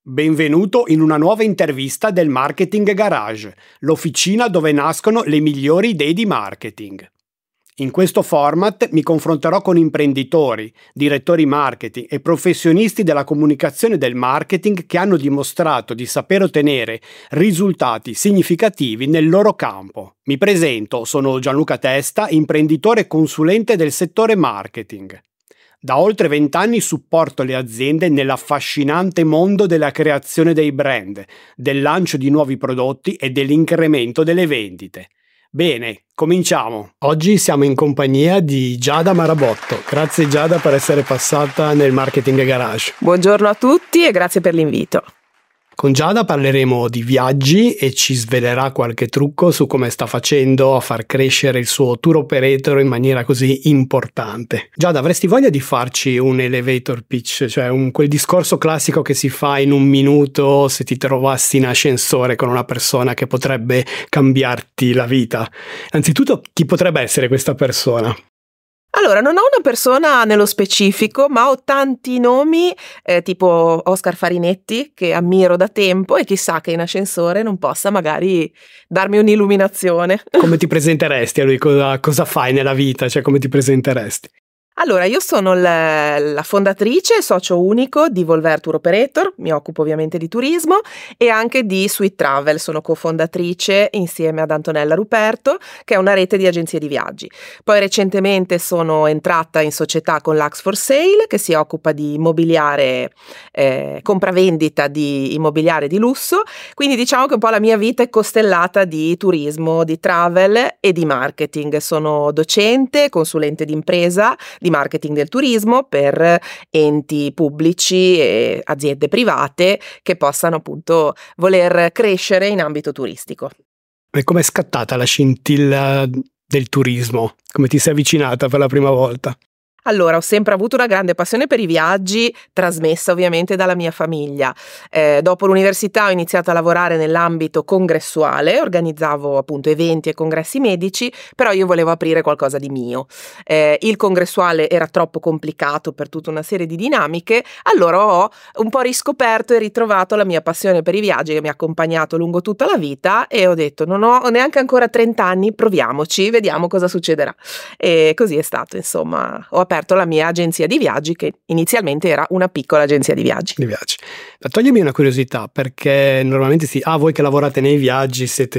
Benvenuto in una nuova intervista del Marketing Garage, l'officina dove nascono le migliori idee di marketing. In questo format mi confronterò con imprenditori, direttori marketing e professionisti della comunicazione e del marketing che hanno dimostrato di saper ottenere risultati significativi nel loro campo. Mi presento, sono Gianluca Testa, imprenditore e consulente del settore marketing. Da oltre 20 anni supporto le aziende nell'affascinante mondo della creazione dei brand, del lancio di nuovi prodotti e dell'incremento delle vendite. Bene, cominciamo. Oggi siamo in compagnia di Giada Marabotto. Grazie Giada per essere passata nel Marketing Garage. Buongiorno a tutti e grazie per l'invito. Con Giada parleremo di viaggi e ci svelerà qualche trucco su come sta facendo a far crescere il suo tour operator in maniera così importante. Giada, avresti voglia di farci un elevator pitch, cioè quel discorso classico che si fa in un minuto se ti trovassi in ascensore con una persona che potrebbe cambiarti la vita? Innanzitutto, chi potrebbe essere questa persona? Allora, non ho una persona nello specifico, ma ho tanti nomi, tipo Oscar Farinetti, che ammiro da tempo e chissà che in ascensore non possa magari darmi un'illuminazione. Come ti presenteresti a lui? Cosa fai nella vita? Cioè, come ti presenteresti? Allora, io sono la fondatrice e socio unico di Volver Tour Operator, mi occupo ovviamente di turismo e anche di Sweet Travel, sono cofondatrice insieme ad Antonella Ruperto, che è una rete di agenzie di viaggi. Poi recentemente sono entrata in società con l'Ax for Sale, che si occupa di immobiliare, compravendita di immobiliare di lusso, quindi diciamo che un po' la mia vita è costellata di turismo, di travel e di marketing. Sono docente, consulente d'impresa, di marketing del turismo per enti pubblici e aziende private che possano appunto voler crescere in ambito turistico. E com'è scattata la scintilla del turismo? Come ti sei avvicinata per la prima volta? Allora, ho sempre avuto una grande passione per i viaggi, trasmessa ovviamente dalla mia famiglia. Dopo l'università ho iniziato a lavorare nell'ambito congressuale, organizzavo appunto eventi e congressi medici, però io volevo aprire qualcosa di mio. Il congressuale era troppo complicato per tutta una serie di dinamiche, allora ho un po' riscoperto e ritrovato la mia passione per i viaggi che mi ha accompagnato lungo tutta la vita e ho detto non ho neanche ancora 30 anni, proviamoci, vediamo cosa succederà. E così è stato, insomma, ho aperto la mia agenzia di viaggi che inizialmente era una piccola agenzia di viaggi. Ma toglimi una curiosità, perché normalmente voi che lavorate nei viaggi siete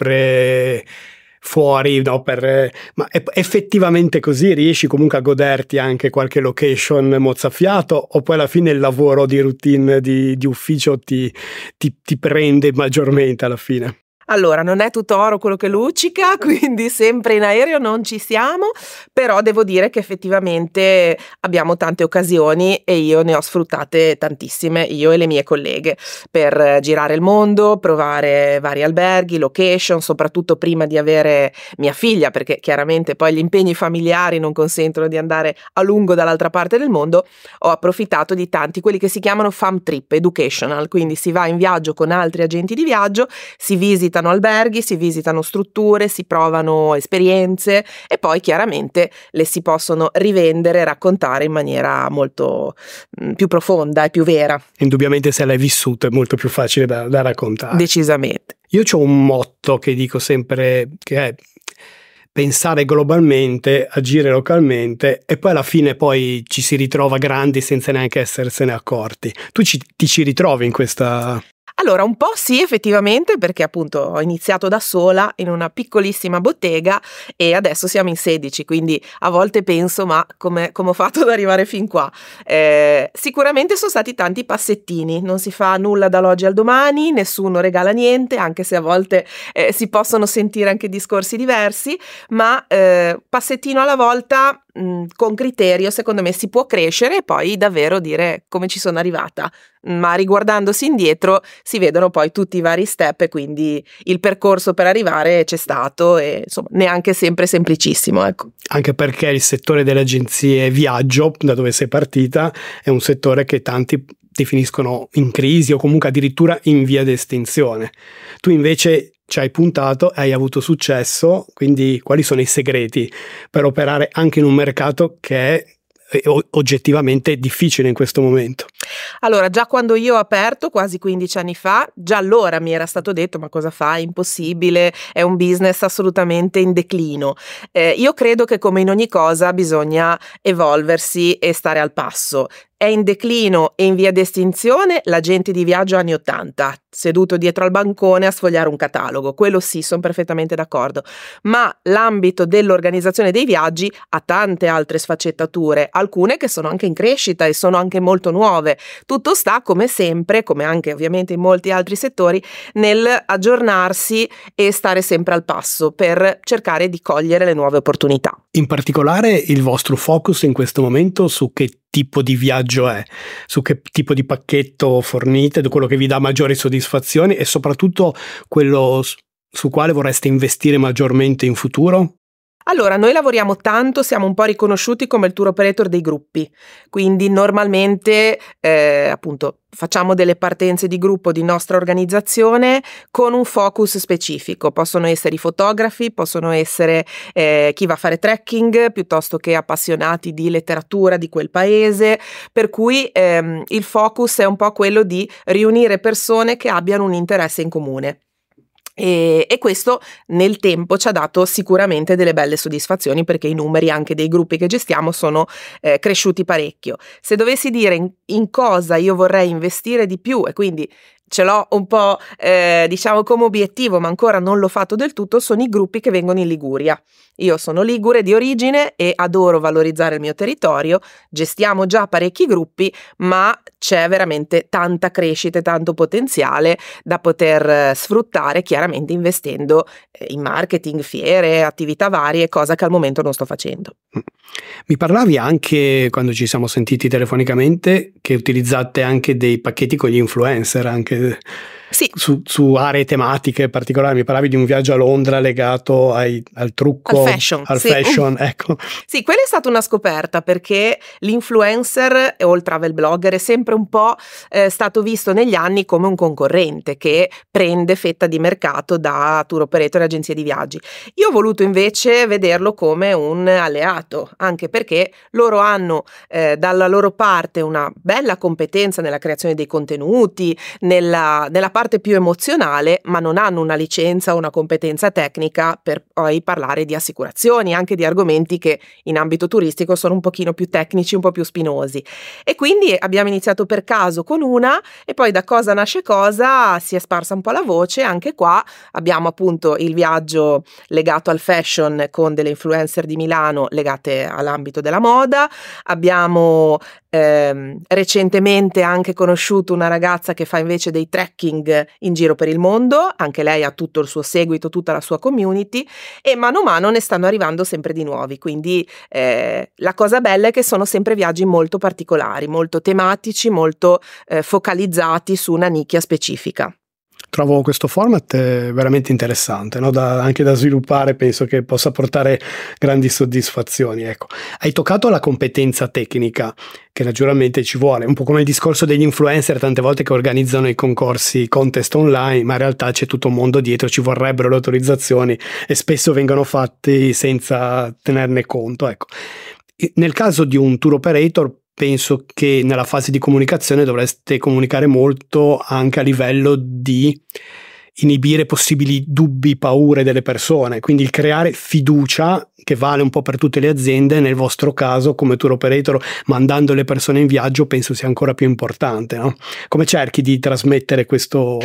sempre fuori, no, ma effettivamente così riesci comunque a goderti anche qualche location mozzafiato o poi alla fine il lavoro di routine di ufficio ti prende maggiormente alla fine? Allora, non è tutto oro quello che luccica, quindi sempre in aereo non ci siamo, però devo dire che effettivamente abbiamo tante occasioni e io ne ho sfruttate tantissime, io e le mie colleghe, per girare il mondo, provare vari alberghi, location, soprattutto prima di avere mia figlia, perché chiaramente poi gli impegni familiari non consentono di andare a lungo dall'altra parte del mondo, ho approfittato di tanti, quelli che si chiamano fam trip educational, quindi si va in viaggio con altri agenti di viaggio, si visitano alberghi, si visitano strutture, si provano esperienze e poi chiaramente le si possono rivendere e raccontare in maniera molto più profonda e più vera. Indubbiamente se l'hai vissuto è molto più facile da raccontare. Decisamente. Io ho un motto che dico sempre che è pensare globalmente, agire localmente e poi alla fine poi ci si ritrova grandi senza neanche essersene accorti. Tu ti ci ritrovi in questa... Allora, un po' sì, effettivamente, perché appunto ho iniziato da sola in una piccolissima bottega e adesso siamo in 16, quindi a volte penso, ma come ho fatto ad arrivare fin qua? Sicuramente sono stati tanti passettini, non si fa nulla dall'oggi al domani, nessuno regala niente, anche se a volte si possono sentire anche discorsi diversi, ma passettino alla volta, con criterio, secondo me si può crescere e poi davvero dire come ci sono arrivata, ma riguardandosi indietro si vedono poi tutti i vari step e quindi il percorso per arrivare c'è stato e insomma neanche sempre semplicissimo, ecco. Anche perché il settore delle agenzie viaggio, da dove sei partita, è un settore che tanti definiscono in crisi o comunque addirittura in via di estinzione. Tu invece ci hai puntato e hai avuto successo, quindi quali sono i segreti per operare anche in un mercato che è oggettivamente difficile in questo momento. Allora, già quando io ho aperto, quasi 15 anni fa, già allora mi era stato detto: ma cosa fai? Impossibile, è un business assolutamente in declino. Io credo che, come in ogni cosa, bisogna evolversi e stare al passo. È in declino e in via di estinzione l'agente di viaggio anni 80, seduto dietro al bancone a sfogliare un catalogo. Quello sì, sono perfettamente d'accordo. Ma l'ambito dell'organizzazione dei viaggi ha tante altre sfaccettature, alcune che sono anche in crescita e sono anche molto nuove. Tutto sta, come sempre, come anche ovviamente in molti altri settori, nel aggiornarsi e stare sempre al passo per cercare di cogliere le nuove opportunità. In particolare il vostro focus in questo momento su che tipo di viaggio è, su che tipo di pacchetto fornite, quello che vi dà maggiori soddisfazioni e soprattutto quello su quale vorreste investire maggiormente in futuro? Allora, noi lavoriamo tanto, siamo un po' riconosciuti come il tour operator dei gruppi, quindi normalmente appunto facciamo delle partenze di gruppo di nostra organizzazione con un focus specifico. Possono essere i fotografi, possono essere chi va a fare trekking, piuttosto che appassionati di letteratura di quel paese, per cui il focus è un po' quello di riunire persone che abbiano un interesse in comune. E questo nel tempo ci ha dato sicuramente delle belle soddisfazioni, perché i numeri anche dei gruppi che gestiamo sono cresciuti parecchio. Se dovessi dire in cosa io vorrei investire di più, e quindi ce l'ho un po' diciamo come obiettivo, ma ancora non l'ho fatto del tutto, sono i gruppi che vengono in Liguria. Io sono ligure di origine e adoro valorizzare il mio territorio, gestiamo già parecchi gruppi, ma c'è veramente tanta crescita e tanto potenziale da poter sfruttare, chiaramente investendo in marketing, fiere, attività varie, cosa che al momento non sto facendo. Mi parlavi anche, quando ci siamo sentiti telefonicamente, che utilizzate anche dei pacchetti con gli influencer, anche sì, su aree tematiche particolari. Mi parlavi di un viaggio a Londra legato al trucco, al fashion, ecco. Sì, quella è stata una scoperta, perché l'influencer o il travel blogger è sempre un po' stato visto negli anni come un concorrente che prende fetta di mercato da tour operator e agenzie di viaggi. Io ho voluto invece vederlo come un alleato, anche perché loro hanno dalla loro parte una bella competenza nella creazione dei contenuti, nella parte più emozionale, ma non hanno una licenza o una competenza tecnica per poi parlare di assicurazioni, anche di argomenti che in ambito turistico sono un pochino più tecnici, un po' più spinosi. E quindi abbiamo iniziato per caso con una, e poi da cosa nasce cosa si è sparsa un po' la voce. Anche qua abbiamo appunto il viaggio legato al fashion con delle influencer di Milano legate all'ambito della moda. Abbiamo recentemente anche conosciuto una ragazza che fa invece dei trekking in giro per il mondo, anche lei ha tutto il suo seguito, tutta la sua community, e mano a mano ne stanno arrivando sempre di nuovi, quindi la cosa bella è che sono sempre viaggi molto particolari, molto tematici, molto focalizzati su una nicchia specifica. Trovo questo format veramente interessante, no? Anche da sviluppare, penso che possa portare grandi soddisfazioni. Ecco. Hai toccato la competenza tecnica, che naturalmente ci vuole, un po' come il discorso degli influencer tante volte che organizzano i concorsi, contest online, ma in realtà c'è tutto un mondo dietro, ci vorrebbero le autorizzazioni e spesso vengono fatti senza tenerne conto. Ecco. Nel caso di un tour operator, penso che nella fase di comunicazione dovreste comunicare molto anche a livello di inibire possibili dubbi, paure delle persone, quindi il creare fiducia, che vale un po' per tutte le aziende. Nel vostro caso come tour operator, mandando le persone in viaggio, penso sia ancora più importante, no? Come cerchi di trasmettere questo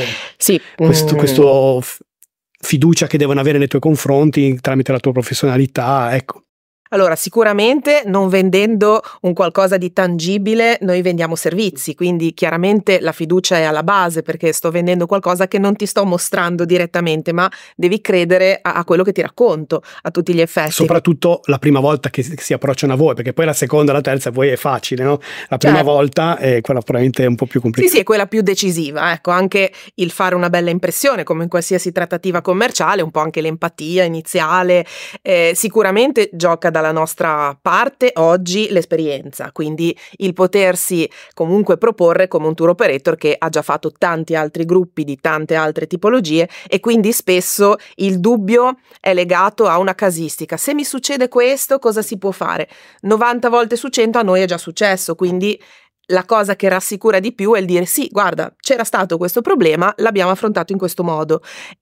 fiducia che devono avere nei tuoi confronti tramite la tua professionalità, ecco? Allora, sicuramente non vendendo un qualcosa di tangibile, noi vendiamo servizi, quindi chiaramente la fiducia è alla base, perché sto vendendo qualcosa che non ti sto mostrando direttamente, ma devi credere a quello che ti racconto a tutti gli effetti. Soprattutto la prima volta che si approcciano a voi, perché poi la seconda, la terza poi è facile, no? La prima volta è quella probabilmente un po' più complicata. Sì, è quella più decisiva, ecco, anche il fare una bella impressione, come in qualsiasi trattativa commerciale, un po' anche l'empatia iniziale, sicuramente gioca dalla dalla nostra parte oggi l'esperienza, quindi il potersi comunque proporre come un tour operator che ha già fatto tanti altri gruppi di tante altre tipologie, e quindi spesso il dubbio è legato a una casistica. Se mi succede questo, cosa si può fare? 90 volte su 100 a noi è già successo, quindi la cosa che rassicura di più è il dire sì, guarda, c'era stato questo problema, l'abbiamo affrontato in questo modo,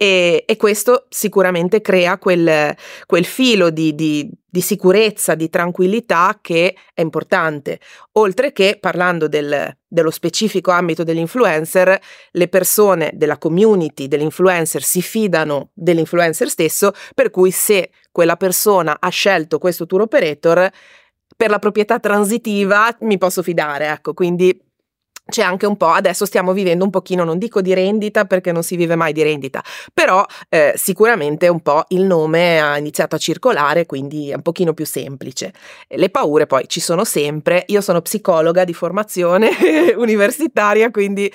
e questo sicuramente crea quel filo di sicurezza, di tranquillità che è importante. Oltre che, parlando dello specifico ambito dell'influencer, le persone della community dell'influencer si fidano dell'influencer stesso, per cui se quella persona ha scelto questo tour operator, per la proprietà transitiva mi posso fidare, ecco, quindi c'è anche un po', adesso stiamo vivendo un pochino, non dico di rendita perché non si vive mai di rendita, però sicuramente un po' il nome ha iniziato a circolare, quindi è un pochino più semplice. Le paure poi ci sono sempre, io sono psicologa di formazione universitaria, quindi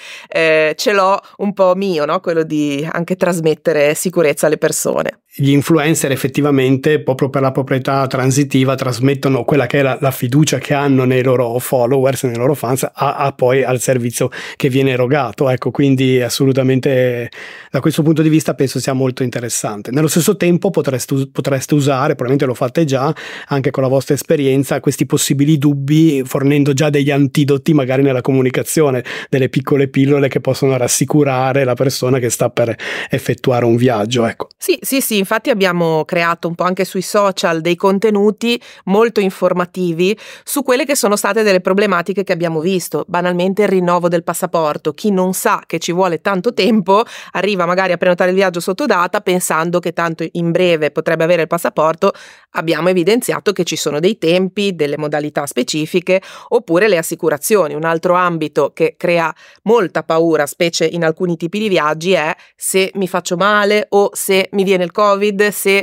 ce l'ho un po' mio, no? Quello di anche trasmettere sicurezza alle persone. Gli influencer effettivamente, proprio per la proprietà transitiva, trasmettono quella che è la fiducia che hanno nei loro followers, nei loro fans, poi al servizio che viene erogato, ecco, quindi assolutamente da questo punto di vista penso sia molto interessante. Nello stesso tempo potreste usare, probabilmente lo fate già anche con la vostra esperienza, questi possibili dubbi, fornendo già degli antidoti magari nella comunicazione, delle piccole pillole che possono rassicurare la persona che sta per effettuare un viaggio, ecco. Sì, infatti abbiamo creato un po' anche sui social dei contenuti molto informativi su quelle che sono state delle problematiche che abbiamo visto. Banalmente il rinnovo del passaporto. Chi non sa che ci vuole tanto tempo arriva magari a prenotare il viaggio sotto data pensando che tanto in breve potrebbe avere il passaporto. Abbiamo evidenziato che ci sono dei tempi, delle modalità specifiche, oppure le assicurazioni. Un altro ambito che crea molta paura, specie in alcuni tipi di viaggi, è se mi faccio male o se mi viene il Covid, se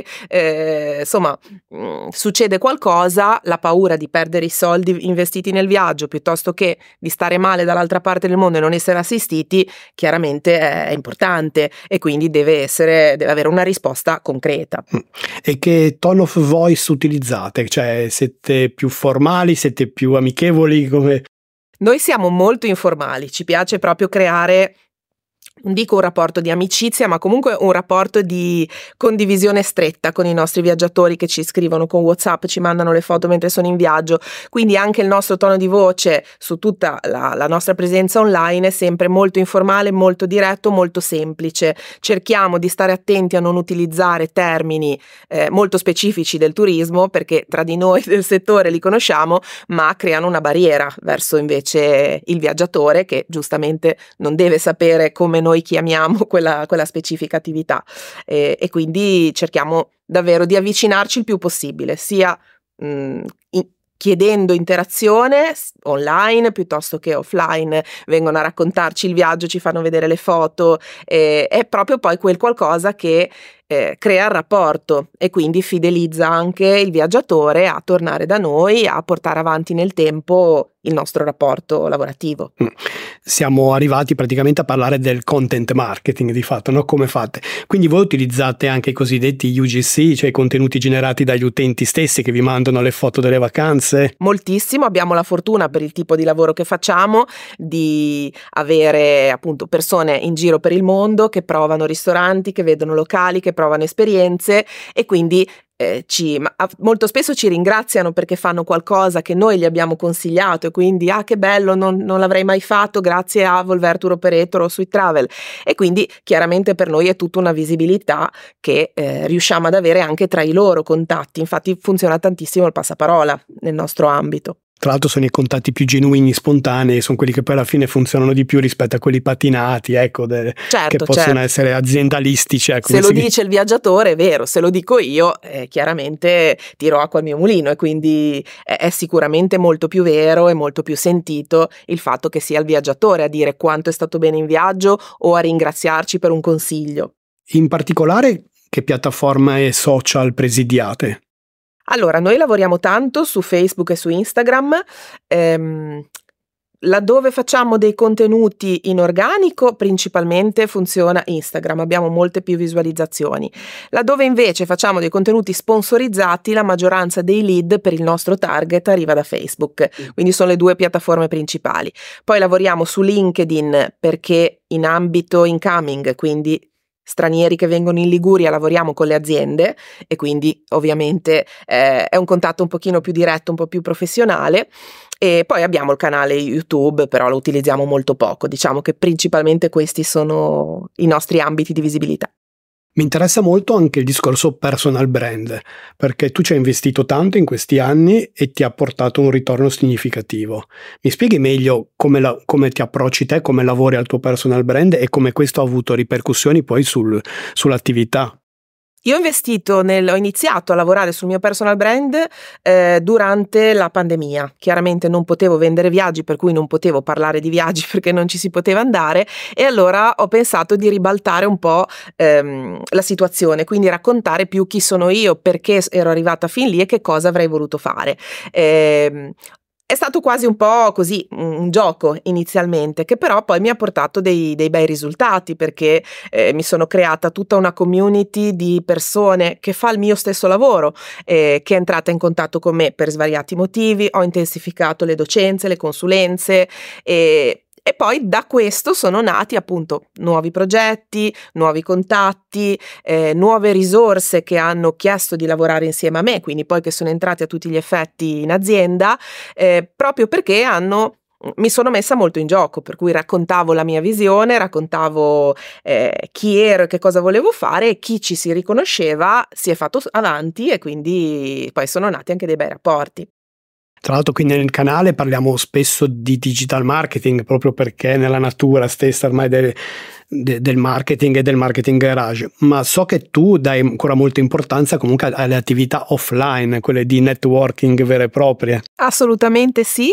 succede qualcosa, la paura di perdere i soldi investiti nel viaggio piuttosto che di stare male dall'altra parte del mondo e non essere assistiti, chiaramente è importante, e quindi deve avere una risposta concreta. E che tone of voice utilizzate? Cioè, siete più formali, siete più amichevoli? Come? Noi siamo molto informali, ci piace proprio creare, non dico un rapporto di amicizia, ma comunque un rapporto di condivisione stretta con i nostri viaggiatori che ci scrivono con WhatsApp, ci mandano le foto mentre sono in viaggio, quindi anche il nostro tono di voce su tutta la nostra presenza online è sempre molto informale, molto diretto, molto semplice. Cerchiamo di stare attenti a non utilizzare termini molto specifici del turismo, perché tra di noi del settore li conosciamo, ma creano una barriera verso invece il viaggiatore, che giustamente non deve sapere come noi chiamiamo quella specifica attività, e quindi cerchiamo davvero di avvicinarci il più possibile, sia chiedendo interazione online piuttosto che offline. Vengono a raccontarci il viaggio, ci fanno vedere le foto, è proprio poi quel qualcosa che crea il rapporto e quindi fidelizza anche il viaggiatore a tornare da noi, a portare avanti nel tempo il nostro rapporto lavorativo. Siamo arrivati praticamente a parlare del content marketing di fatto, no? Come fate? Quindi voi utilizzate anche i cosiddetti UGC, cioè i contenuti generati dagli utenti stessi che vi mandano le foto delle vacanze? Moltissimo, abbiamo la fortuna, per il tipo di lavoro che facciamo, di avere appunto persone in giro per il mondo che provano ristoranti, che vedono locali, che provano esperienze, e quindi molto spesso ci ringraziano perché fanno qualcosa che noi gli abbiamo consigliato, e quindi che bello, non l'avrei mai fatto grazie a Volver Tour Operator o Sweet Travel, e quindi chiaramente per noi è tutta una visibilità che riusciamo ad avere anche tra i loro contatti. Infatti funziona tantissimo il passaparola nel nostro ambito. Tra l'altro sono i contatti più genuini, spontanei, sono quelli che poi alla fine funzionano di più rispetto a quelli patinati, ecco, che possono essere aziendalistici. Ecco, se lo dice il viaggiatore è vero, se lo dico io chiaramente tiro acqua al mio mulino, e quindi è sicuramente molto più vero e molto più sentito il fatto che sia il viaggiatore a dire quanto è stato bene in viaggio o a ringraziarci per un consiglio. In particolare, che piattaforme social presidiate? Allora, noi lavoriamo tanto su Facebook e su Instagram. Laddove facciamo dei contenuti in organico, principalmente funziona Instagram, abbiamo molte più visualizzazioni. Laddove invece facciamo dei contenuti sponsorizzati, la maggioranza dei lead per il nostro target arriva da Facebook, quindi sono le due piattaforme principali. Poi lavoriamo su LinkedIn perché in ambito incoming, quindi stranieri che vengono in Liguria, lavoriamo con le aziende e quindi ovviamente è un contatto un pochino più diretto, un po' più professionale. E poi abbiamo il canale YouTube, però lo utilizziamo molto poco, diciamo che principalmente questi sono i nostri ambiti di visibilità. Mi interessa molto anche il discorso personal brand, perché tu ci hai investito tanto in questi anni e ti ha portato un ritorno significativo. Mi spieghi meglio come ti approcci te, come lavori al tuo personal brand e come questo ha avuto ripercussioni poi sull'attività? Io ho iniziato a lavorare sul mio personal brand durante la pandemia. Chiaramente non potevo vendere viaggi, per cui non potevo parlare di viaggi perché non ci si poteva andare, e allora ho pensato di ribaltare un po' la situazione, quindi raccontare più chi sono io, perché ero arrivata fin lì e che cosa avrei voluto fare. È stato quasi un po' così, un gioco inizialmente, che però poi mi ha portato dei bei risultati, perché mi sono creata tutta una community di persone che fa il mio stesso lavoro, che è entrata in contatto con me per svariati motivi. Ho intensificato le docenze, le consulenze e poi da questo sono nati appunto nuovi progetti, nuovi contatti, nuove risorse che hanno chiesto di lavorare insieme a me, quindi poi che sono entrati a tutti gli effetti in azienda, proprio perché mi sono messa molto in gioco, per cui raccontavo la mia visione, raccontavo chi ero e che cosa volevo fare, e chi ci si riconosceva si è fatto avanti, e quindi poi sono nati anche dei bei rapporti. Tra l'altro qui nel canale parliamo spesso di digital marketing, proprio perché nella natura stessa ormai del marketing e del marketing garage, ma so che tu dai ancora molta importanza comunque alle attività offline, quelle di networking vere e proprie. Assolutamente sì,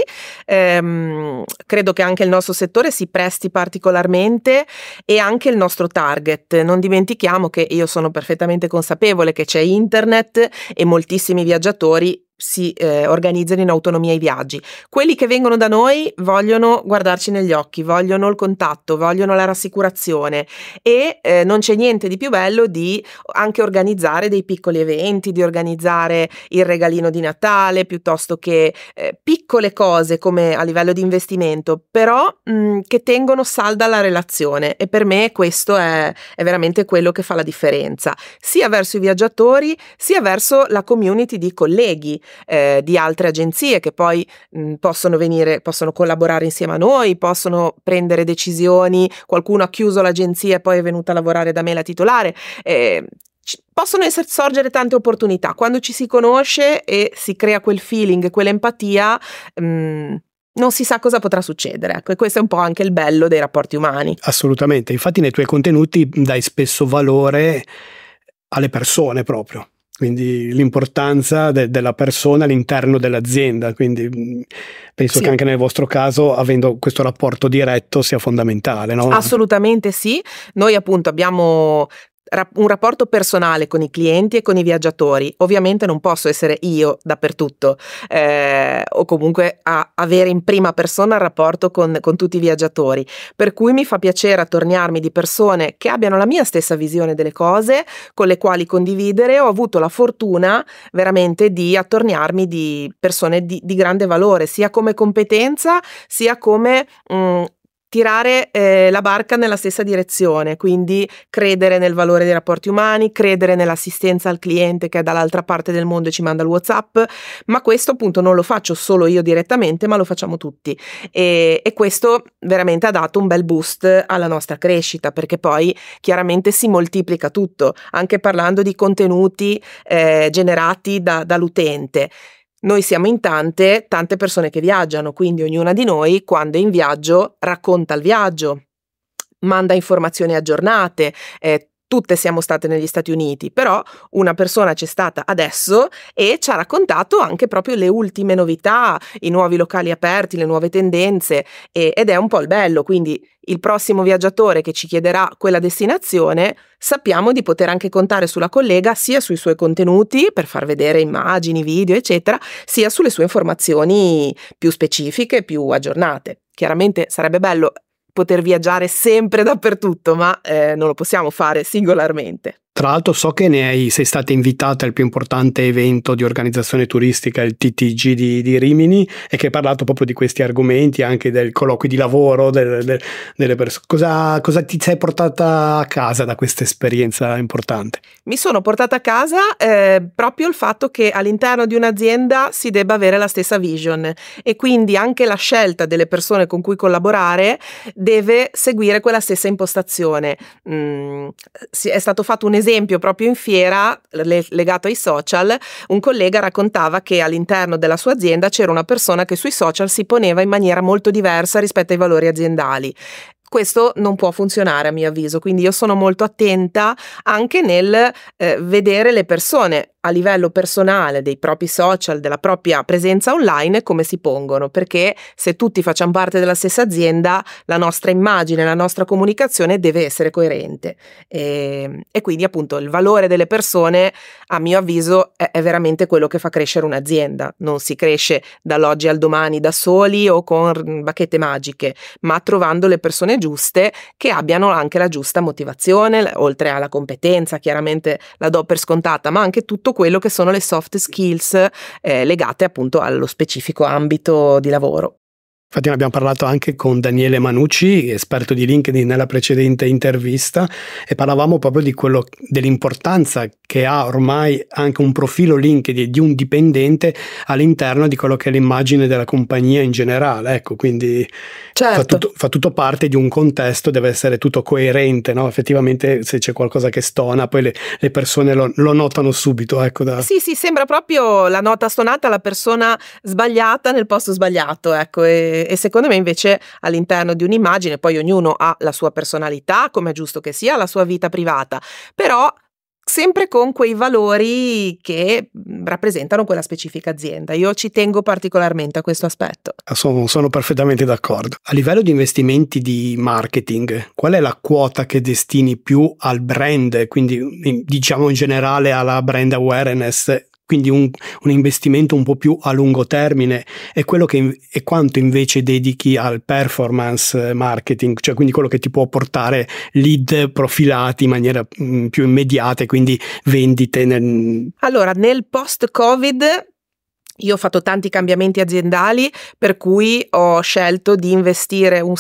credo che anche il nostro settore si presti particolarmente, e anche il nostro target. Non dimentichiamo che io sono perfettamente consapevole che c'è internet e moltissimi viaggiatori si organizzano in autonomia i viaggi. Quelli che vengono da noi vogliono guardarci negli occhi, vogliono il contatto, vogliono la rassicurazione, e non c'è niente di più bello di anche organizzare dei piccoli eventi, di organizzare il regalino di Natale, piuttosto che piccole cose come a livello di investimento, però che tengono salda la relazione, e per me questo è veramente quello che fa la differenza, sia verso i viaggiatori sia verso la community di colleghi di altre agenzie che poi possono collaborare insieme a noi, possono prendere decisioni. Qualcuno ha chiuso l'agenzia e poi è venuta a lavorare da me, la titolare. Possono sorgere tante opportunità quando ci si conosce e si crea quel feeling, quell'empatia. Non si sa cosa potrà succedere, ecco, e questo è un po' anche il bello dei rapporti umani. Assolutamente, infatti nei tuoi contenuti dai spesso valore alle persone proprio. Quindi l'importanza della persona all'interno dell'azienda, quindi penso che anche nel vostro caso, avendo questo rapporto diretto, sia fondamentale, no? Assolutamente sì, noi appunto abbiamo un rapporto personale con i clienti e con i viaggiatori. Ovviamente non posso essere io dappertutto, o comunque avere in prima persona il rapporto con tutti i viaggiatori, per cui mi fa piacere attorniarmi di persone che abbiano la mia stessa visione delle cose, con le quali condividere. Ho avuto la fortuna veramente di attorniarmi di persone di grande valore, sia come competenza sia come tirare la barca nella stessa direzione, quindi credere nel valore dei rapporti umani, credere nell'assistenza al cliente che è dall'altra parte del mondo e ci manda il WhatsApp. Ma questo appunto non lo faccio solo io direttamente, ma lo facciamo tutti, e questo veramente ha dato un bel boost alla nostra crescita, perché poi chiaramente si moltiplica tutto, anche parlando di contenuti generati dall'utente. Noi siamo in tante persone che viaggiano, quindi ognuna di noi, quando è in viaggio, racconta il viaggio, manda informazioni aggiornate. Tutte siamo state negli Stati Uniti, però una persona c'è stata adesso e ci ha raccontato anche proprio le ultime novità, i nuovi locali aperti, le nuove tendenze, ed è un po' il bello. Quindi il prossimo viaggiatore che ci chiederà quella destinazione, sappiamo di poter anche contare sulla collega, sia sui suoi contenuti per far vedere immagini, video eccetera, sia sulle sue informazioni più specifiche, più aggiornate. chiaramente sarebbe bello poter viaggiare sempre dappertutto, ma non lo possiamo fare singolarmente. Tra l'altro so che sei stata invitata al più importante evento di organizzazione turistica, il TTG di Rimini, e che hai parlato proprio di questi argomenti, anche del colloquio di lavoro delle persone. Cosa ti sei portata a casa da questa esperienza importante? Mi sono portata a casa proprio il fatto che all'interno di un'azienda si debba avere la stessa vision, e quindi anche la scelta delle persone con cui collaborare deve seguire quella stessa impostazione. È stato fatto un esempio proprio in fiera legato ai social. Un collega raccontava che all'interno della sua azienda c'era una persona che sui social si poneva in maniera molto diversa rispetto ai valori aziendali. Questo non può funzionare, a mio avviso, quindi io sono molto attenta anche nel vedere le persone a livello personale, dei propri social, della propria presenza online, come si pongono, perché se tutti facciamo parte della stessa azienda, la nostra immagine, la nostra comunicazione deve essere coerente, e quindi appunto il valore delle persone, a mio avviso, è veramente quello che fa crescere un'azienda. Non si cresce dall'oggi al domani da soli o con bacchette magiche, ma trovando le persone giuste che abbiano anche la giusta motivazione, oltre alla competenza, chiaramente la do per scontata, ma anche tutto quello che sono le soft skills legate appunto allo specifico ambito di lavoro. Infatti ne abbiamo parlato anche con Daniele Manucci, esperto di LinkedIn, nella precedente intervista, e parlavamo proprio dell'importanza che ha ormai anche un profilo LinkedIn di un dipendente all'interno di quello che è l'immagine della compagnia in generale. Ecco, quindi certo. fa tutto parte di un contesto, deve essere tutto coerente, no? Effettivamente se c'è qualcosa che stona, poi le persone lo notano subito. Ecco, Sì, sembra proprio la nota stonata, la persona sbagliata nel posto sbagliato, ecco, e secondo me invece all'interno di un'immagine, poi ognuno ha la sua personalità, come è giusto che sia, la sua vita privata, però sempre con quei valori che rappresentano quella specifica azienda. Io ci tengo particolarmente a questo aspetto. Sono perfettamente d'accordo. A livello di investimenti di marketing, qual è la quota che destini più al brand, quindi diciamo in generale alla brand awareness, quindi un investimento un po' più a lungo termine, e quanto invece dedichi al performance marketing, cioè quindi quello che ti può portare lead profilati in maniera più immediata e quindi vendite Allora, nel post-Covid io ho fatto tanti cambiamenti aziendali, per cui ho scelto di investire un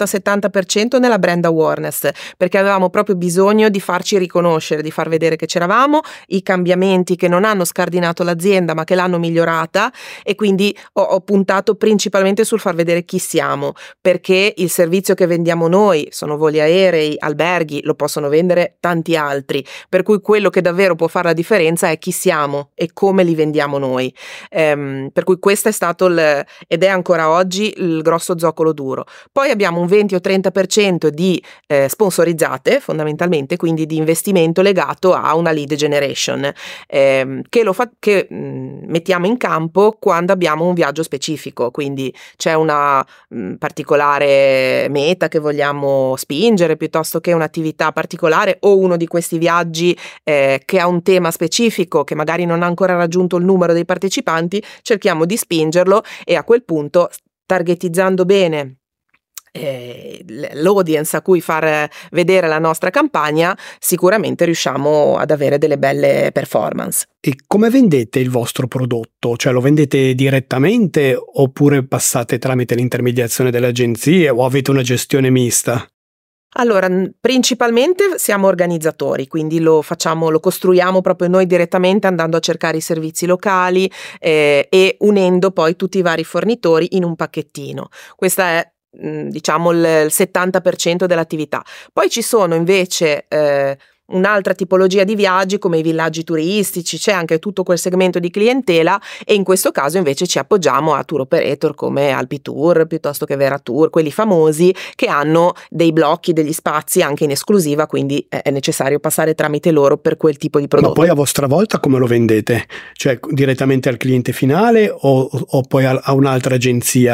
60-70% nella brand awareness, perché avevamo proprio bisogno di farci riconoscere, di far vedere che c'eravamo, i cambiamenti che non hanno scardinato l'azienda ma che l'hanno migliorata, e quindi ho puntato principalmente sul far vedere chi siamo, perché il servizio che vendiamo noi sono voli aerei, alberghi, lo possono vendere tanti altri, per cui quello che davvero può fare la differenza è chi siamo e come li vendiamo noi. Per cui questo è stato ed è ancora oggi il grosso zoccolo duro. Poi abbiamo un 20 o 30% di sponsorizzate, fondamentalmente, quindi di investimento legato a una lead generation, che mettiamo in campo quando abbiamo un viaggio specifico, quindi c'è una particolare meta che vogliamo spingere, piuttosto che un'attività particolare o uno di questi viaggi che ha un tema specifico che magari non ha ancora raggiunto il numero dei partecipanti. Cerchiamo di spingerlo, e a quel punto, targetizzando bene l'audience a cui far vedere la nostra campagna, sicuramente riusciamo ad avere delle belle performance. E come vendete il vostro prodotto? Cioè lo vendete direttamente oppure passate tramite l'intermediazione delle agenzie, o avete una gestione mista? Allora, principalmente siamo organizzatori, quindi lo costruiamo proprio noi direttamente, andando a cercare i servizi locali e unendo poi tutti i vari fornitori in un pacchettino. Questa è diciamo il 70% dell'attività. Poi ci sono invece un'altra tipologia di viaggi come i villaggi turistici, c'è anche tutto quel segmento di clientela, e in questo caso invece ci appoggiamo a tour operator come Alpitour piuttosto che Veratour, quelli famosi che hanno dei blocchi, degli spazi anche in esclusiva, quindi è necessario passare tramite loro per quel tipo di prodotto. Ma poi a vostra volta come lo vendete? Cioè direttamente al cliente finale o poi a un'altra agenzia?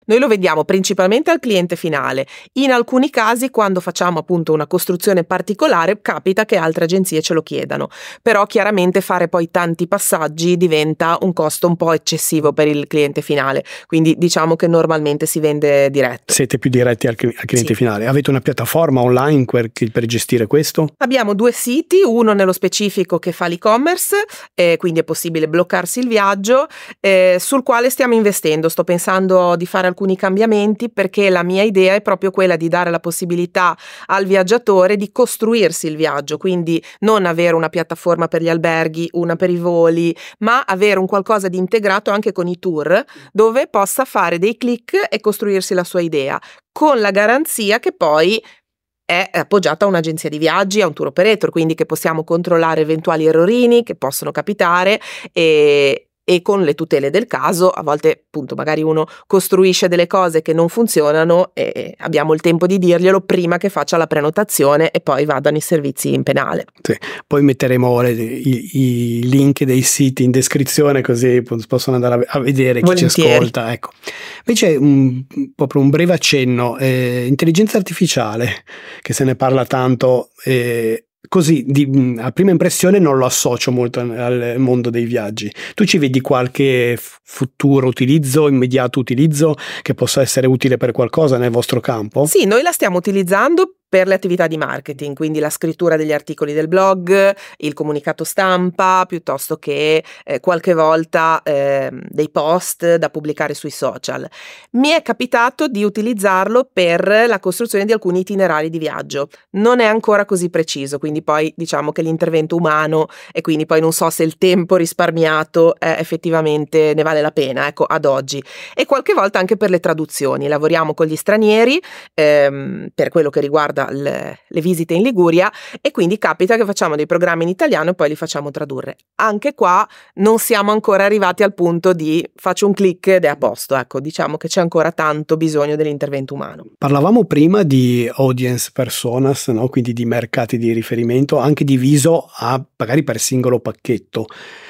Noi lo vediamo principalmente al cliente finale. In alcuni casi, quando facciamo appunto una costruzione particolare, capita che altre agenzie ce lo chiedano. Però chiaramente fare poi tanti passaggi diventa un costo un po' eccessivo per il cliente finale. Quindi diciamo che normalmente si vende diretto. Siete più diretti al cliente finale. Avete una piattaforma online per gestire questo? Abbiamo 2 siti, uno nello specifico che fa l'e-commerce, quindi è possibile bloccarsi il viaggio, sul quale stiamo investendo. Sto pensando di fare alcuni cambiamenti, perché la mia idea è proprio quella di dare la possibilità al viaggiatore di costruirsi il viaggio, quindi non avere una piattaforma per gli alberghi, una per i voli, ma avere un qualcosa di integrato anche con i tour, dove possa fare dei click e costruirsi la sua idea, con la garanzia che poi è appoggiata a un'agenzia di viaggi, a un tour operator, quindi che possiamo controllare eventuali errorini che possono capitare e con le tutele del caso. A volte appunto magari uno costruisce delle cose che non funzionano e abbiamo il tempo di dirglielo prima che faccia la prenotazione e poi vadano i servizi in penale. Sì, poi metteremo i link dei siti in descrizione, così possono andare a vedere chi Volentieri. ci ascolta. Ecco. Invece proprio un breve accenno, intelligenza artificiale, che se ne parla tanto, così a prima impressione non lo associo molto al mondo dei viaggi. Tu ci vedi qualche futuro utilizzo, immediato utilizzo, che possa essere utile per qualcosa nel vostro campo? Sì, noi la stiamo utilizzando per le attività di marketing, quindi la scrittura degli articoli del blog, il comunicato stampa, piuttosto che qualche volta dei post da pubblicare sui social. Mi è capitato di utilizzarlo per la costruzione di alcuni itinerari di viaggio. Non è ancora così preciso, quindi poi diciamo che l'intervento umano, e quindi poi non so se il tempo risparmiato effettivamente ne vale la pena, ecco, ad oggi. E qualche volta anche per le traduzioni. Lavoriamo con gli stranieri per quello che riguarda le visite in Liguria, e quindi capita che facciamo dei programmi in italiano e poi li facciamo tradurre. Anche qua non siamo ancora arrivati al punto di faccio un click ed è a posto, ecco, diciamo che c'è ancora tanto bisogno dell'intervento umano. Parlavamo prima di audience personas, no? Quindi di mercati di riferimento, anche diviso magari per singolo pacchetto.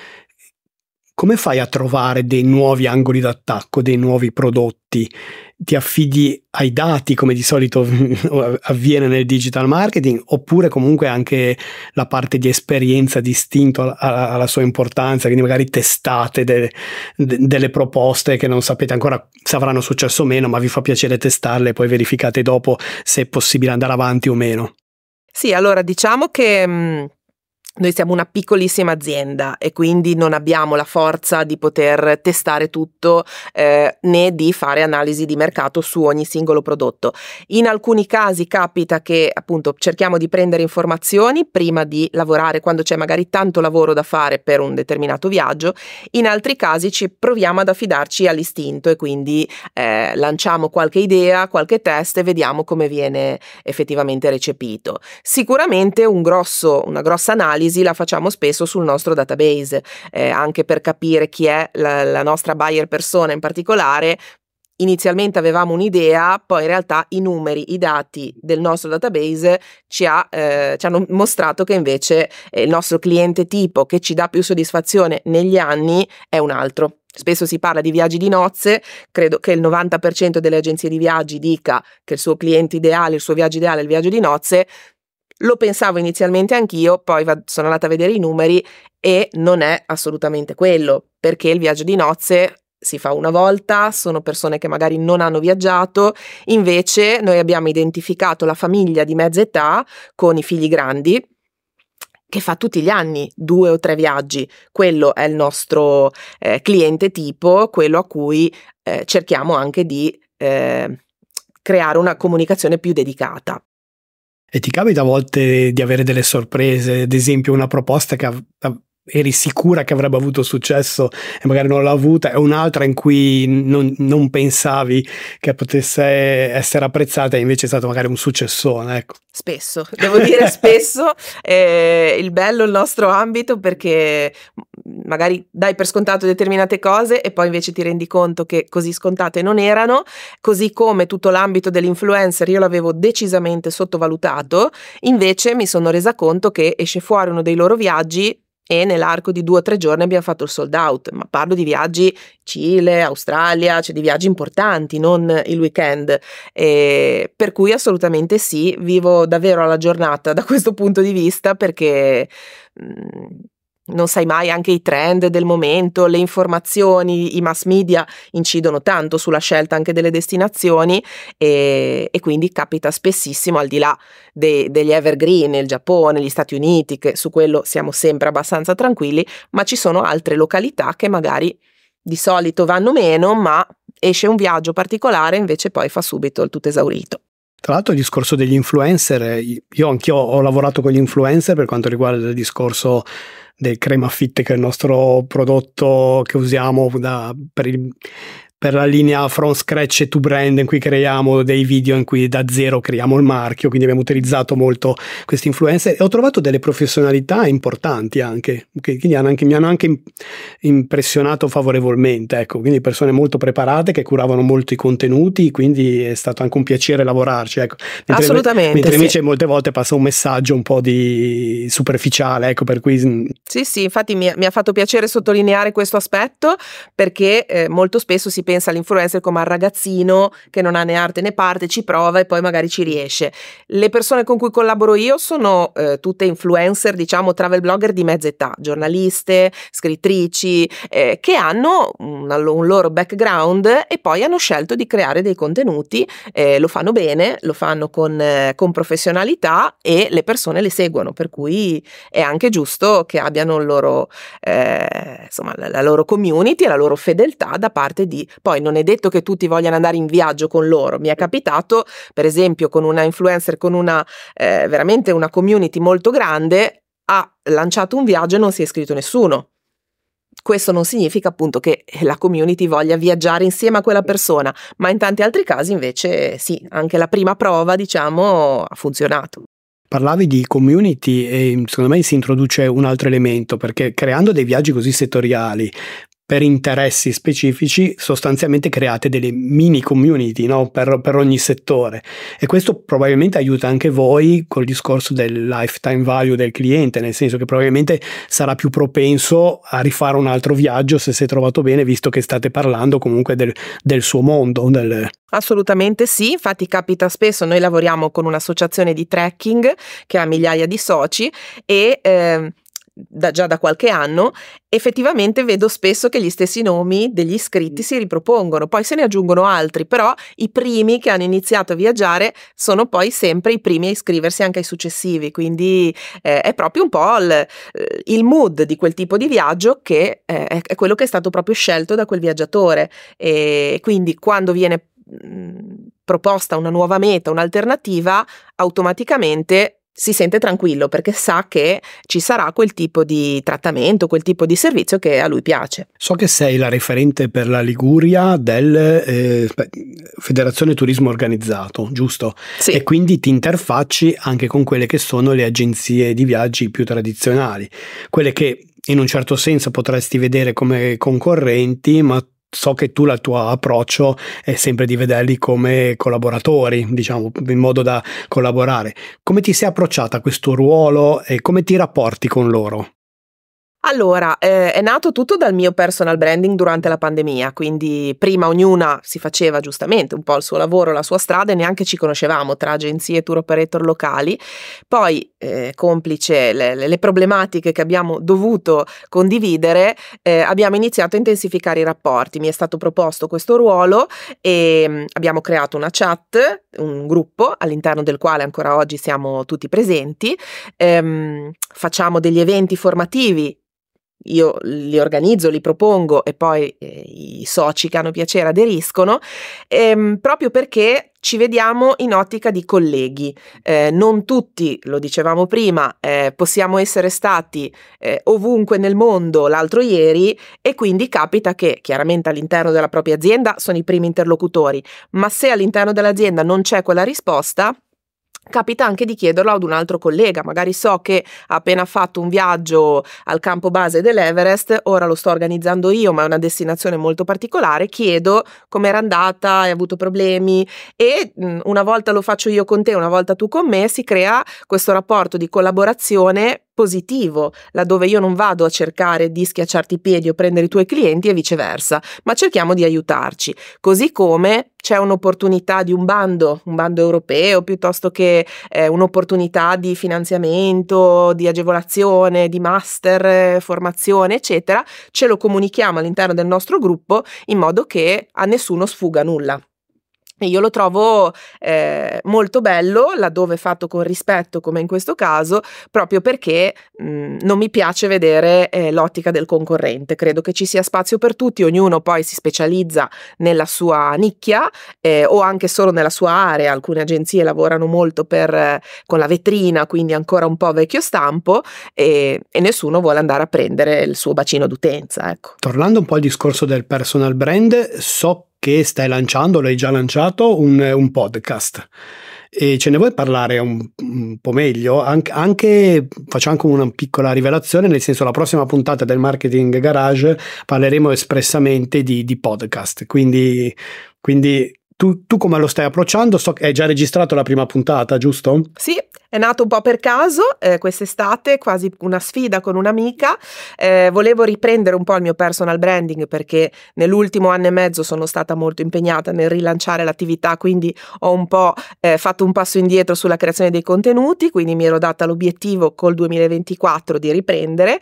Come fai a trovare dei nuovi angoli d'attacco, dei nuovi prodotti? Ti affidi ai dati, come di solito avviene nel digital marketing, oppure comunque anche la parte di esperienza distinto alla sua importanza, quindi magari testate delle proposte che non sapete ancora se avranno successo o meno, ma vi fa piacere testarle e poi verificate dopo se è possibile andare avanti o meno? Sì, allora diciamo che noi siamo una piccolissima azienda e quindi non abbiamo la forza di poter testare tutto né di fare analisi di mercato su ogni singolo prodotto. In alcuni casi capita che appunto cerchiamo di prendere informazioni prima di lavorare, quando c'è magari tanto lavoro da fare per un determinato viaggio. In altri casi ci proviamo ad affidarci all'istinto e quindi lanciamo qualche idea, qualche test e vediamo come viene effettivamente recepito. Sicuramente una grossa analisi la facciamo spesso sul nostro database, anche per capire chi è la nostra buyer persona in particolare. Inizialmente avevamo un'idea, poi in realtà i numeri, i dati del nostro database ci hanno mostrato che invece il nostro cliente tipo che ci dà più soddisfazione negli anni è un altro. Spesso si parla di viaggi di nozze, credo che il 90% delle agenzie di viaggi dica che il suo cliente ideale, il suo viaggio ideale è il viaggio di nozze. Lo pensavo inizialmente anch'io, poi sono andata a vedere i numeri e non è assolutamente quello, perché il viaggio di nozze si fa una volta, sono persone che magari non hanno viaggiato. Invece noi abbiamo identificato la famiglia di mezza età con i figli grandi che fa tutti gli anni 2 o 3 viaggi. Quello è il nostro cliente tipo, quello a cui cerchiamo anche di creare una comunicazione più dedicata. E ti capita a volte di avere delle sorprese, ad esempio una proposta che eri sicura che avrebbe avuto successo e magari non l'ha avuta, e un'altra in cui non pensavi che potesse essere apprezzata e invece è stato magari un successone, ecco. Spesso, devo dire spesso, il bello il nostro ambito, perché magari dai per scontato determinate cose e poi invece ti rendi conto che così scontate non erano, così come tutto l'ambito dell'influencer io l'avevo decisamente sottovalutato, invece mi sono resa conto che esce fuori uno dei loro viaggi e nell'arco di 2 o 3 giorni abbiamo fatto il sold out, ma parlo di viaggi Cile, Australia, cioè di viaggi importanti, non il weekend, per cui assolutamente sì, vivo davvero alla giornata da questo punto di vista, perché non sai mai, anche i trend del momento, le informazioni, i mass media incidono tanto sulla scelta anche delle destinazioni, e quindi capita spessissimo, al di là degli evergreen, il Giappone, gli Stati Uniti, che su quello siamo sempre abbastanza tranquilli, ma ci sono altre località che magari di solito vanno meno, ma esce un viaggio particolare invece poi fa subito il tutto esaurito. Tra l'altro il discorso degli influencer, io anch'io ho lavorato con gli influencer per quanto riguarda il discorso del Crema Fit, che è il nostro prodotto che usiamo per la linea From Scratch to Brand, in cui creiamo dei video in cui da zero creiamo il marchio, quindi abbiamo utilizzato molto questi influencer e ho trovato delle professionalità importanti anche, che mi hanno anche impressionato favorevolmente, ecco, quindi persone molto preparate che curavano molto i contenuti, quindi è stato anche un piacere lavorarci, ecco. Assolutamente. Mentre invece molte volte passa un messaggio un po' di superficiale, ecco, per cui sì, infatti mi ha fatto piacere sottolineare questo aspetto, perché molto spesso si pensa all'influencer come al ragazzino che non ha né arte né parte, ci prova e poi magari ci riesce. Le persone con cui collaboro io sono tutte influencer, diciamo travel blogger di mezza età, giornaliste, scrittrici, che hanno un loro background e poi hanno scelto di creare dei contenuti, lo fanno bene, lo fanno con professionalità e le persone le seguono, per cui è anche giusto che abbiano il loro, insomma, la loro community e la loro fedeltà da parte di... Poi non è detto che tutti vogliano andare in viaggio con loro. Mi è capitato, per esempio, con una influencer con una veramente una community molto grande, ha lanciato un viaggio e non si è iscritto nessuno. Questo non significa appunto che la community voglia viaggiare insieme a quella persona, ma in tanti altri casi invece sì, anche la prima prova, diciamo, ha funzionato. Parlavi di community e secondo me si introduce un altro elemento, perché creando dei viaggi così settoriali per interessi specifici, sostanzialmente create delle mini community, no? per ogni settore, e questo probabilmente aiuta anche voi col discorso del lifetime value del cliente, nel senso che probabilmente sarà più propenso a rifare un altro viaggio se si è trovato bene, visto che state parlando comunque del suo mondo. Assolutamente sì, infatti capita spesso, noi lavoriamo con un'associazione di trekking che ha migliaia di soci e già da qualche anno effettivamente vedo spesso che gli stessi nomi degli iscritti si ripropongono, poi se ne aggiungono altri, però i primi che hanno iniziato a viaggiare sono poi sempre i primi a iscriversi anche ai successivi, quindi è proprio un po' il mood di quel tipo di viaggio che è quello che è stato proprio scelto da quel viaggiatore, e quindi quando viene proposta una nuova meta, un'alternativa, automaticamente si sente tranquillo perché sa che ci sarà quel tipo di trattamento, quel tipo di servizio che a lui piace. So che sei la referente per la Liguria del Federazione Turismo Organizzato, giusto? Sì. E quindi ti interfacci anche con quelle che sono le agenzie di viaggi più tradizionali, quelle che in un certo senso potresti vedere come concorrenti, ma so che tu, il tuo approccio è sempre di vederli come collaboratori, diciamo, in modo da collaborare. Come ti sei approcciata a questo ruolo e come ti rapporti con loro? Allora, è nato tutto dal mio personal branding durante la pandemia, quindi prima ognuna si faceva giustamente un po' il suo lavoro, la sua strada, e neanche ci conoscevamo tra agenzie e tour operator locali. Poi, complice le problematiche che abbiamo dovuto condividere, abbiamo iniziato a intensificare i rapporti. Mi è stato proposto questo ruolo e abbiamo creato una chat, un gruppo all'interno del quale ancora oggi siamo tutti presenti. Facciamo degli eventi formativi. Io li organizzo, li propongo e poi i soci che hanno piacere aderiscono, proprio perché ci vediamo in ottica di colleghi. Non tutti, lo dicevamo prima, possiamo essere stati ovunque nel mondo l'altro ieri, e quindi capita che chiaramente all'interno della propria azienda sono i primi interlocutori, ma se all'interno dell'azienda non c'è quella risposta, capita anche di chiederlo ad un altro collega. Magari so che ha appena fatto un viaggio al campo base dell'Everest, ora lo sto organizzando io, ma è una destinazione molto particolare, chiedo com'era andata, hai avuto problemi, e una volta lo faccio io con te, una volta tu con me, si crea questo rapporto di collaborazione positivo, laddove io non vado a cercare di schiacciarti i piedi o prendere i tuoi clienti e viceversa, ma cerchiamo di aiutarci. Così come c'è un'opportunità di un bando europeo, piuttosto che un'opportunità di finanziamento, di agevolazione, di master, formazione, eccetera, ce lo comunichiamo all'interno del nostro gruppo in modo che a nessuno sfugga nulla. E io lo trovo molto bello, laddove fatto con rispetto, come in questo caso, proprio perché non mi piace vedere l'ottica del concorrente. Credo che ci sia spazio per tutti, ognuno poi si specializza nella sua nicchia o anche solo nella sua area. Alcune agenzie lavorano molto con la vetrina, quindi ancora un po' vecchio stampo, e nessuno vuole andare a prendere il suo bacino d'utenza. Ecco. Tornando un po' al discorso del personal brand, so che stai lanciando, l'hai già lanciato, un podcast. E ce ne vuoi parlare un po' meglio? Anche faccio anche una piccola rivelazione, nel senso, la prossima puntata del Marketing Garage parleremo espressamente di podcast. Quindi tu come lo stai approcciando? So che hai già registrato la prima puntata, giusto? Sì, è nato un po' per caso, quest'estate, quasi una sfida con un'amica. Volevo riprendere un po' il mio personal branding, perché nell'ultimo anno e mezzo sono stata molto impegnata nel rilanciare l'attività, quindi ho un po' fatto un passo indietro sulla creazione dei contenuti, quindi mi ero data l'obiettivo col 2024 di riprendere,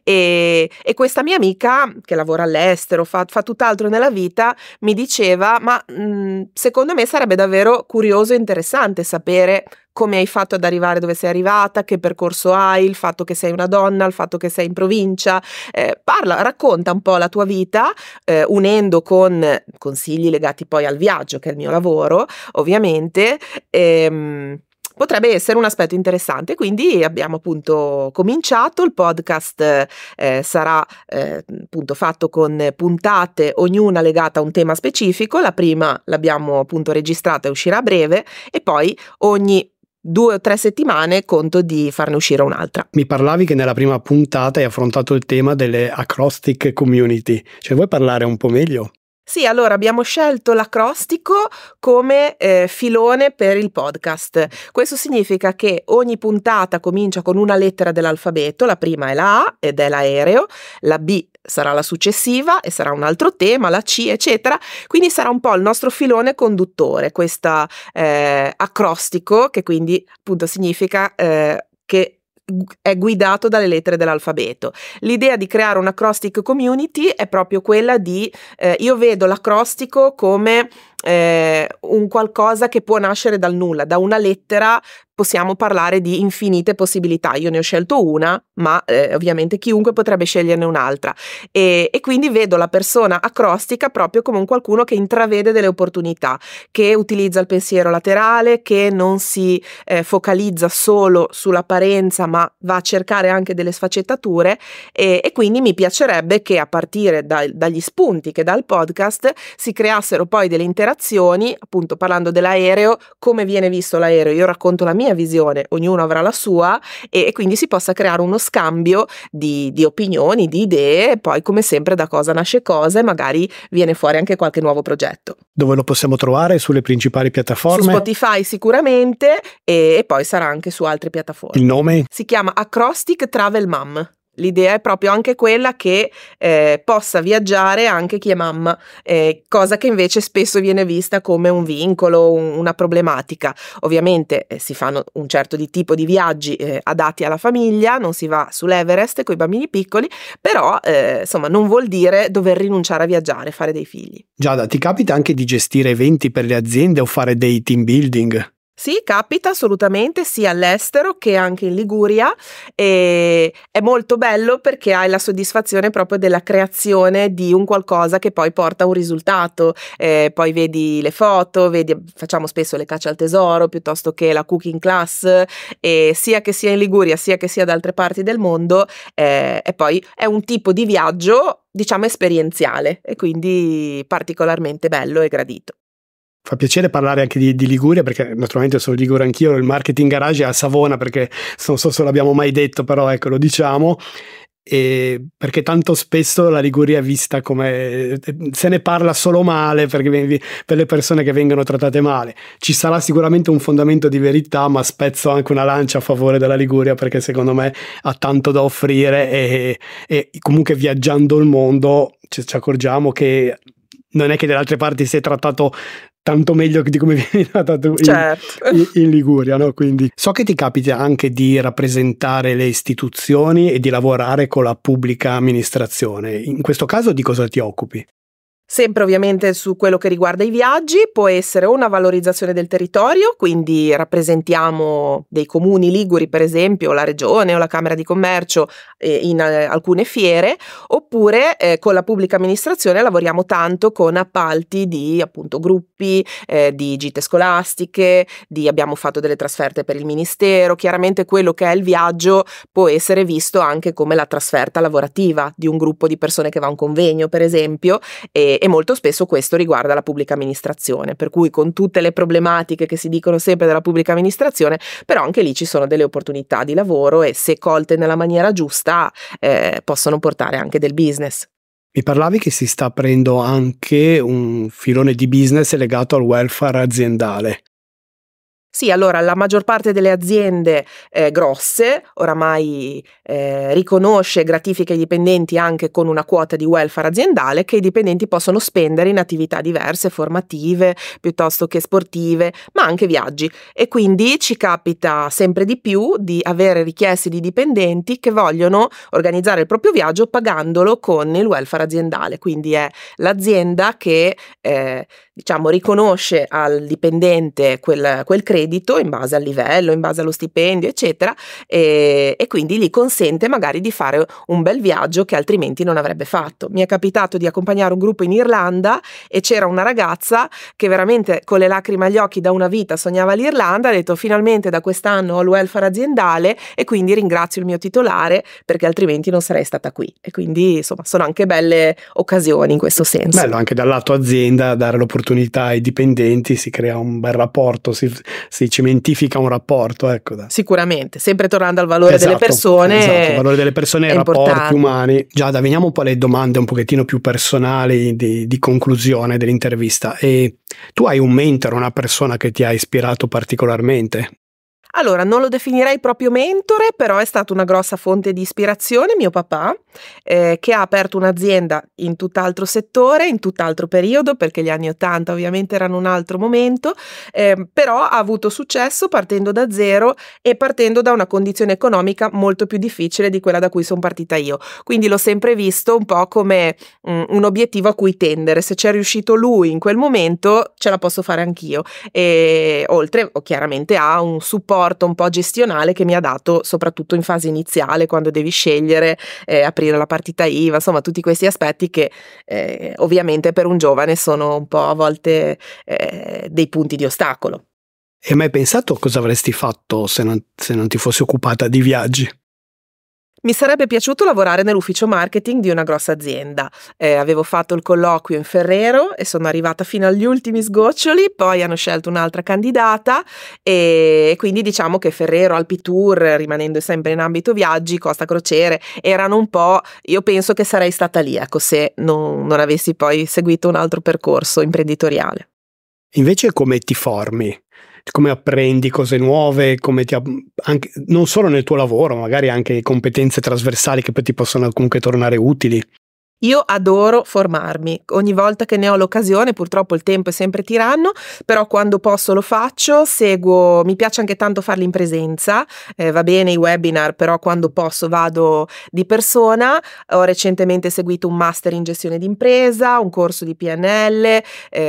e questa mia amica, che lavora all'estero, fa tutt'altro nella vita, mi diceva: ma secondo me sarebbe davvero curioso e interessante sapere come hai fatto ad arrivare dove sei arrivata, che percorso hai, il fatto che sei una donna, il fatto che sei in provincia. Racconta un po' la tua vita, unendo con consigli legati poi al viaggio, che è il mio lavoro, ovviamente. Potrebbe essere un aspetto interessante, quindi abbiamo appunto cominciato. Il podcast sarà appunto fatto con puntate, ognuna legata a un tema specifico. La prima l'abbiamo appunto registrata e uscirà a breve, e poi ogni 2 o 3 settimane conto di farne uscire un'altra. Mi parlavi che nella prima puntata hai affrontato il tema delle acrostic community, cioè vuoi parlare un po' meglio? Sì, allora abbiamo scelto l'acrostico come filone per il podcast. Questo significa che ogni puntata comincia con una lettera dell'alfabeto. La prima è la A ed è l'aereo, la B sarà la successiva e sarà un altro tema, la C, eccetera. Quindi sarà un po' il nostro filone conduttore, questa acrostico, che quindi appunto significa che è guidato dalle lettere dell'alfabeto. L'idea di creare un acrostic community è proprio quella di io vedo l'acrostico come un qualcosa che può nascere dal nulla. Da una lettera possiamo parlare di infinite possibilità. Io ne ho scelto una, ma ovviamente chiunque potrebbe sceglierne un'altra, e quindi vedo la persona acrostica proprio come un qualcuno che intravede delle opportunità, che utilizza il pensiero laterale, che non si focalizza solo sull'apparenza, ma va a cercare anche delle sfaccettature, e quindi mi piacerebbe che a partire dagli spunti che dà il podcast si creassero poi delle interazioni, appunto parlando dell'aereo, come viene visto l'aereo. Io racconto la mia visione, ognuno avrà la sua, e quindi si possa creare uno scambio di opinioni, di idee, e poi come sempre da cosa nasce cosa, e magari viene fuori anche qualche nuovo progetto. Dove lo possiamo trovare? Sulle principali piattaforme? Su Spotify sicuramente, e poi sarà anche su altre piattaforme. Il nome? Si chiama Acrostic Travel Mom. L'idea è proprio anche quella che possa viaggiare anche chi è mamma, cosa che invece spesso viene vista come un vincolo, una problematica. Ovviamente si fanno un certo di tipo di viaggi adatti alla famiglia, non si va sull'Everest con i bambini piccoli, però insomma non vuol dire dover rinunciare a viaggiare, fare dei figli. Giada, ti capita anche di gestire eventi per le aziende o fare dei team building? Sì, capita assolutamente, sia all'estero che anche in Liguria, e è molto bello perché hai la soddisfazione proprio della creazione di un qualcosa che poi porta a un risultato. Poi vedi le foto, facciamo spesso le cacce al tesoro piuttosto che la cooking class, e sia che sia in Liguria sia che sia da altre parti del mondo, e poi è un tipo di viaggio, diciamo, esperienziale, e quindi particolarmente bello e gradito. Fa piacere parlare anche di Liguria, perché naturalmente sono ligure anch'io. Il Marketing Garage è a Savona, perché non so se l'abbiamo mai detto, però ecco, lo diciamo. perché tanto spesso la Liguria è vista come, se ne parla solo male perché per le persone che vengono trattate male. Ci sarà sicuramente un fondamento di verità, ma spezzo anche una lancia a favore della Liguria perché secondo me ha tanto da offrire e comunque viaggiando il mondo ci accorgiamo che non è che dalle altre parti si è trattato tanto meglio di come viene trattato in Liguria, no? Quindi so che ti capita anche di rappresentare le istituzioni e di lavorare con la pubblica amministrazione. In questo caso di cosa ti occupi? Sempre ovviamente su quello che riguarda i viaggi, può essere una valorizzazione del territorio, quindi rappresentiamo dei comuni liguri per esempio, la regione o la Camera di Commercio in alcune fiere, oppure con la pubblica amministrazione lavoriamo tanto con appalti di appunto gruppi, di gite scolastiche, abbiamo fatto delle trasferte per il ministero. Chiaramente quello che è il viaggio può essere visto anche come la trasferta lavorativa di un gruppo di persone che va a un convegno per esempio, e molto spesso questo riguarda la pubblica amministrazione, per cui con tutte le problematiche che si dicono sempre della pubblica amministrazione, però anche lì ci sono delle opportunità di lavoro e se colte nella maniera giusta possono portare anche del business. Mi parlavi che si sta aprendo anche un filone di business legato al welfare aziendale. Sì, allora la maggior parte delle aziende grosse oramai riconosce e gratifica i dipendenti anche con una quota di welfare aziendale che i dipendenti possono spendere in attività diverse, formative, piuttosto che sportive, ma anche viaggi. E quindi ci capita sempre di più di avere richieste di dipendenti che vogliono organizzare il proprio viaggio pagandolo con il welfare aziendale. Quindi è l'azienda che riconosce al dipendente quel credito in base al livello, in base allo stipendio, eccetera, e quindi gli consente magari di fare un bel viaggio che altrimenti non avrebbe fatto. Mi è capitato di accompagnare un gruppo in Irlanda e c'era una ragazza che veramente con le lacrime agli occhi da una vita sognava l'Irlanda, ha detto finalmente da quest'anno ho il welfare aziendale e quindi ringrazio il mio titolare perché altrimenti non sarei stata qui. E quindi insomma sono anche belle occasioni in questo senso. Bello anche dal lato azienda dare l'opportunità ai dipendenti, si crea un bel rapporto, si cementifica un rapporto, ecco. Sicuramente, sempre tornando al valore delle persone. Esatto, il valore delle persone e i rapporti umani. Giada, veniamo un po' alle domande un pochettino più personali di conclusione dell'intervista. E tu hai un mentore, una persona che ti ha ispirato particolarmente? Allora, non lo definirei proprio mentore, però è stata una grossa fonte di ispirazione, mio papà, che ha aperto un'azienda in tutt'altro settore, in tutt'altro periodo, perché gli anni '80 ovviamente erano un altro momento, però ha avuto successo partendo da zero e partendo da una condizione economica molto più difficile di quella da cui sono partita io. Quindi l'ho sempre visto un po' come un obiettivo a cui tendere. Se c'è riuscito lui in quel momento, ce la posso fare anch'io. E oltre, chiaramente, ha un supporto un po' gestionale che mi ha dato soprattutto in fase iniziale quando devi scegliere, aprire la partita IVA, insomma tutti questi aspetti che ovviamente per un giovane sono un po' a volte dei punti di ostacolo. Hai mai pensato cosa avresti fatto se non ti fossi occupata di viaggi? Mi sarebbe piaciuto lavorare nell'ufficio marketing di una grossa azienda. Avevo fatto il colloquio in Ferrero e sono arrivata fino agli ultimi sgoccioli, poi hanno scelto un'altra candidata e quindi diciamo che Ferrero, Alpitour, rimanendo sempre in ambito viaggi, Costa Crociere, erano un po', io penso che sarei stata lì, ecco, se non avessi poi seguito un altro percorso imprenditoriale. Invece come ti formi? Come apprendi cose nuove, anche, non solo nel tuo lavoro, magari anche competenze trasversali che poi ti possono comunque tornare utili. Io adoro formarmi, ogni volta che ne ho l'occasione, purtroppo il tempo è sempre tiranno, però quando posso lo faccio, mi piace anche tanto farli in presenza, va bene i webinar, però quando posso vado di persona. Ho recentemente seguito un master in gestione d'impresa, un corso di PNL,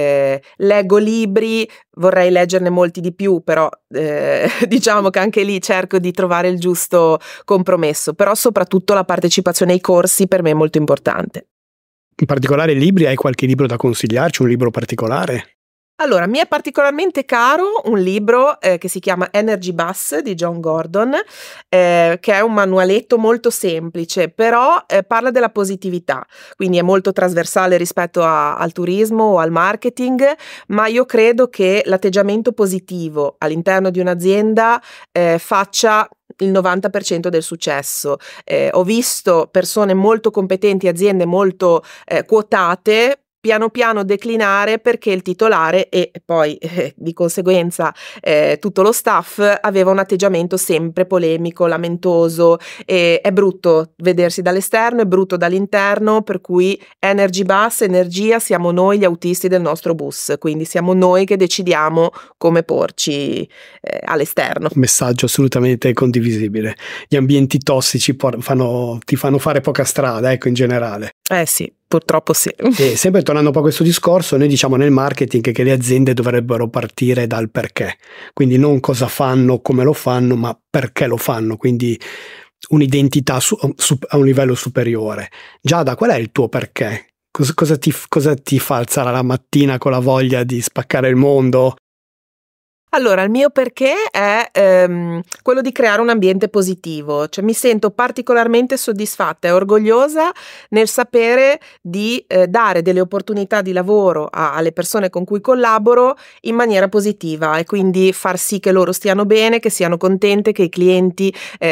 leggo libri, vorrei leggerne molti di più, però diciamo che anche lì cerco di trovare il giusto compromesso, però soprattutto la partecipazione ai corsi per me è molto importante. In particolare libri, hai qualche libro da consigliarci, un libro particolare? Allora, mi è particolarmente caro un libro che si chiama Energy Bus di John Gordon, che è un manualetto molto semplice, però parla della positività, quindi è molto trasversale rispetto al turismo o al marketing, ma io credo che l'atteggiamento positivo all'interno di un'azienda faccia il 90% del successo. Ho visto persone molto competenti, aziende molto quotate, piano piano declinare perché il titolare e poi di conseguenza tutto lo staff aveva un atteggiamento sempre polemico, lamentoso, e è brutto vedersi dall'esterno, è brutto dall'interno, per cui energy bus, energia, siamo noi gli autisti del nostro bus, quindi siamo noi che decidiamo come porci all'esterno. Messaggio assolutamente condivisibile. Gli ambienti tossici ti fanno fare poca strada, ecco, in generale. Sì, purtroppo sì. E sempre tornando un po' a questo discorso, noi diciamo nel marketing che le aziende dovrebbero partire dal perché, quindi non cosa fanno, come lo fanno, ma perché lo fanno, quindi un'identità a un livello superiore. Giada, qual è il tuo perché? Cosa ti fa alzare la mattina con la voglia di spaccare il mondo? Allora, il mio perché è quello di creare un ambiente positivo, cioè mi sento particolarmente soddisfatta e orgogliosa nel sapere di dare delle opportunità di lavoro alle persone con cui collaboro in maniera positiva e quindi far sì che loro stiano bene, che siano contente, che i clienti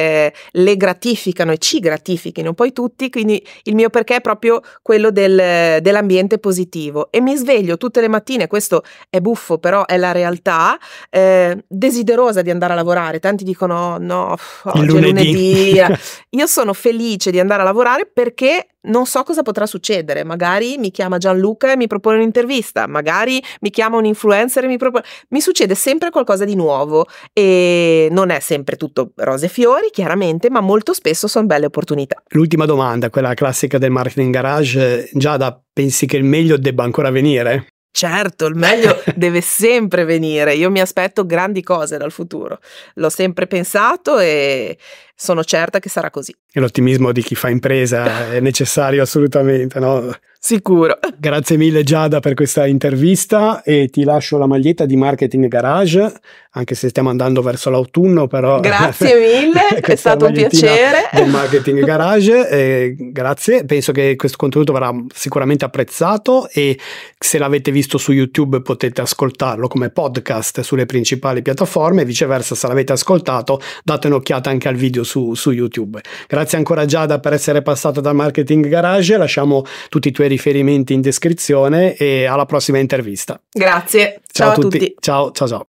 le gratificano e ci gratifichino poi tutti, quindi il mio perché è proprio quello dell'ambiente positivo e mi sveglio tutte le mattine, questo è buffo però è la realtà, desiderosa di andare a lavorare. Tanti dicono no, oggi è lunedì. Io sono felice di andare a lavorare perché non so cosa potrà succedere. Magari mi chiama Gianluca e mi propone un'intervista, magari mi chiama un influencer e mi succede sempre qualcosa di nuovo e non è sempre tutto rose e fiori chiaramente, ma molto spesso sono belle opportunità. L'ultima domanda, quella classica del marketing garage. Giada, pensi che il meglio debba ancora venire? Certo, il meglio deve sempre venire. Io mi aspetto grandi cose dal futuro. L'ho sempre pensato e sono certa che sarà così. E l'ottimismo di chi fa impresa è necessario assolutamente, no? Sicuro. Grazie mille Giada per questa intervista e ti lascio la maglietta di Marketing Garage, anche se stiamo andando verso l'autunno, però... Grazie mille, è stato un piacere. Del Marketing Garage, grazie, penso che questo contenuto verrà sicuramente apprezzato e se l'avete visto su YouTube potete ascoltarlo come podcast sulle principali piattaforme e viceversa se l'avete ascoltato date un'occhiata anche al video su YouTube. Grazie ancora Giada per essere passata dal Marketing Garage, lasciamo tutti i tuoi riferimenti in descrizione e alla prossima intervista. Grazie, ciao a tutti. Ciao.